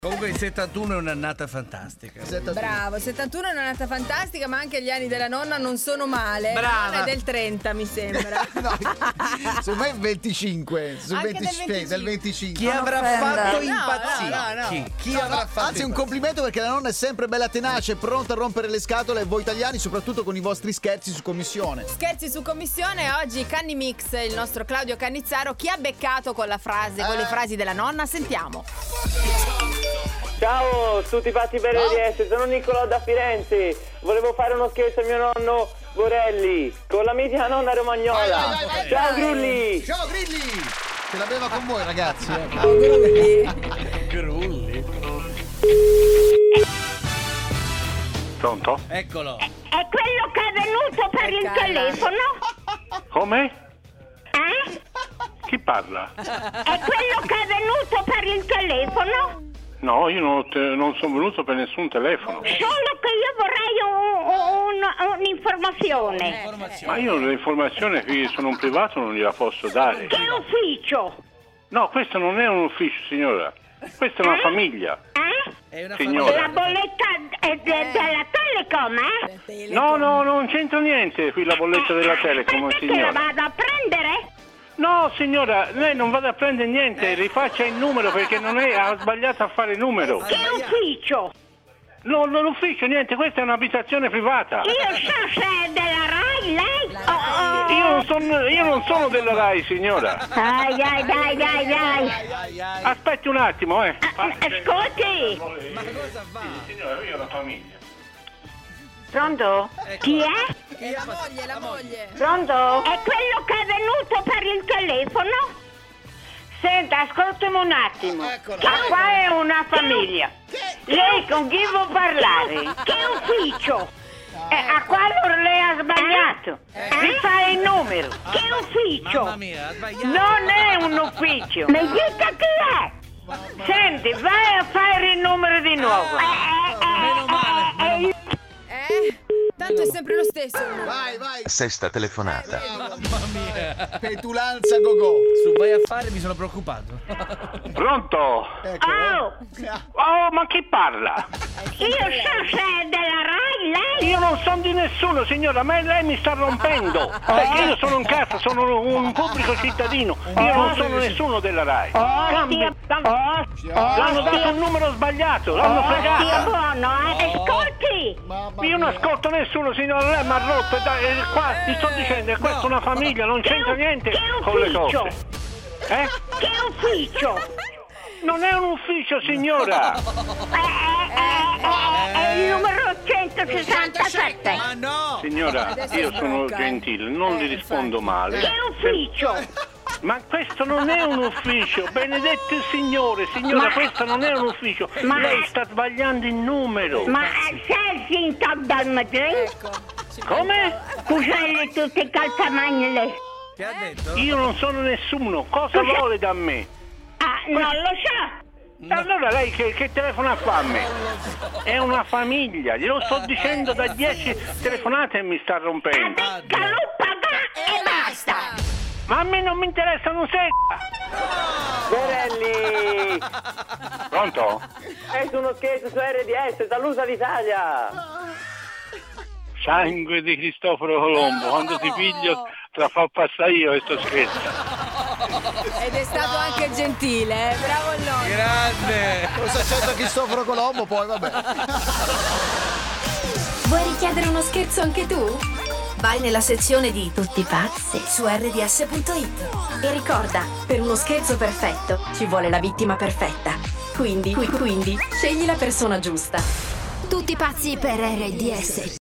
Comunque il 71 è un'annata fantastica. 71. Bravo, 71 è un'annata fantastica, ma anche gli anni della nonna non sono male. Brava. La nonna è del 30, mi sembra. No, su me 25, su Anche 25, del 25. Chi avrà fatto impazzire? No. Chi avrà fatto Anzi, un complimento perché la nonna è sempre bella tenace, pronta a rompere le scatole, e voi italiani, soprattutto con i vostri scherzi su commissione. Scherzi su commissione, oggi Canni Mix, il nostro Claudio Cannizzaro, chi ha beccato con la frase, con le frasi della nonna? Sentiamo. Ciao, tutti pazzi per RDS, sono Niccolò da Firenze. Volevo fare uno scherzo a mio nonno Borelli con la mitica nonna romagnola. Vai. Ciao Grulli! Ciao Grilli! Ce l'aveva con voi, ragazzi. Grulli. Pronto? Eccolo. È quello che è venuto per il Carla. telefono? Come? Eh? Chi parla? È quello che è venuto per il telefono? No, io non sono venuto per nessun telefono. Solo che io vorrei un'informazione. Ma io l'informazione che sono un privato non gliela posso dare. Che ufficio? No, questo non è un ufficio, signora. Questa è una famiglia. Eh? È una Signora. La bolletta è della Telecom, eh? No, non c'entra niente qui la bolletta della Telecom, Perché te la signora. vado a prendere? No, signora, lei non vada a prendere niente, rifaccia il numero perché ha sbagliato a fare il numero. Che ufficio? No, non l'ufficio, niente, questa è un'abitazione privata. Io so se è della Rai, lei? Io non sono della Rai, signora. Dai. Aspetti un attimo, Ascolti. Ma cosa fa? Signora, io ho la famiglia. Pronto? Chi è? La moglie. Pronto? È quello che è venuto per il telefono? Senta, ascoltami un attimo. Qua è una famiglia. Lei con chi vuol parlare? Che ufficio? A quale lei ha sbagliato? Rifà il numero. Che ufficio? Mamma mia, ha sbagliato. Non è un ufficio. Mi dica chi è? Senti, vai a fare il numero di nuovo. Meno male. Tanto è sempre lo stesso. Vai. Sesta telefonata. Mamma mia. Petulanza go-go. Su vai a fare mi sono preoccupato. Pronto? Ecco. Oh, ma chi parla? Io so se è della Rai, lei? Io non sono di nessuno, signora, ma lei mi sta rompendo. Perché io sono in casa, sono un pubblico cittadino. Io non sono nessuno della Rai. L'hanno dato un numero sbagliato, l'hanno Stia fregato. buono, ascolti! Io non ascolto nessuno, signora, lei mi ha rotto. E qua ti sto dicendo, questa è una famiglia, non c'entra niente con le cose. Che ufficio? Non è un ufficio, signora. È il numero 167. Ma no! Signora, io sono gentile, non le rispondo male. Che ufficio? Ma questo non è un ufficio, benedetto il Signore, signora, questo non è un ufficio. Lei sta sbagliando il numero. Ma sei sintoc dal mattino? Come? Puselli tutte calzamagne. Che ha detto? Io non sono nessuno, cosa vuole da me? Ah, non lo so. Allora lei che telefona fa a me? È una famiglia, glielo sto dicendo da 10 telefonate e mi sta rompendo. Caluppaga e basta. Ma a me non mi interessa, non sei. Borelli! Pronto? È uno scherzo su RDS, saluta l'Italia! Sangue di Cristoforo Colombo, quando ti piglio te la fa passare io questo scherzo. Ed è stato anche gentile, bravo il nonno. Grande! Cosa c'è da Cristoforo Colombo, poi vabbè. Vuoi richiedere uno scherzo anche tu? Vai nella sezione di Tutti pazzi su rds.it e ricorda, per uno scherzo perfetto ci vuole la vittima perfetta. Quindi scegli la persona giusta. Tutti pazzi per RDS.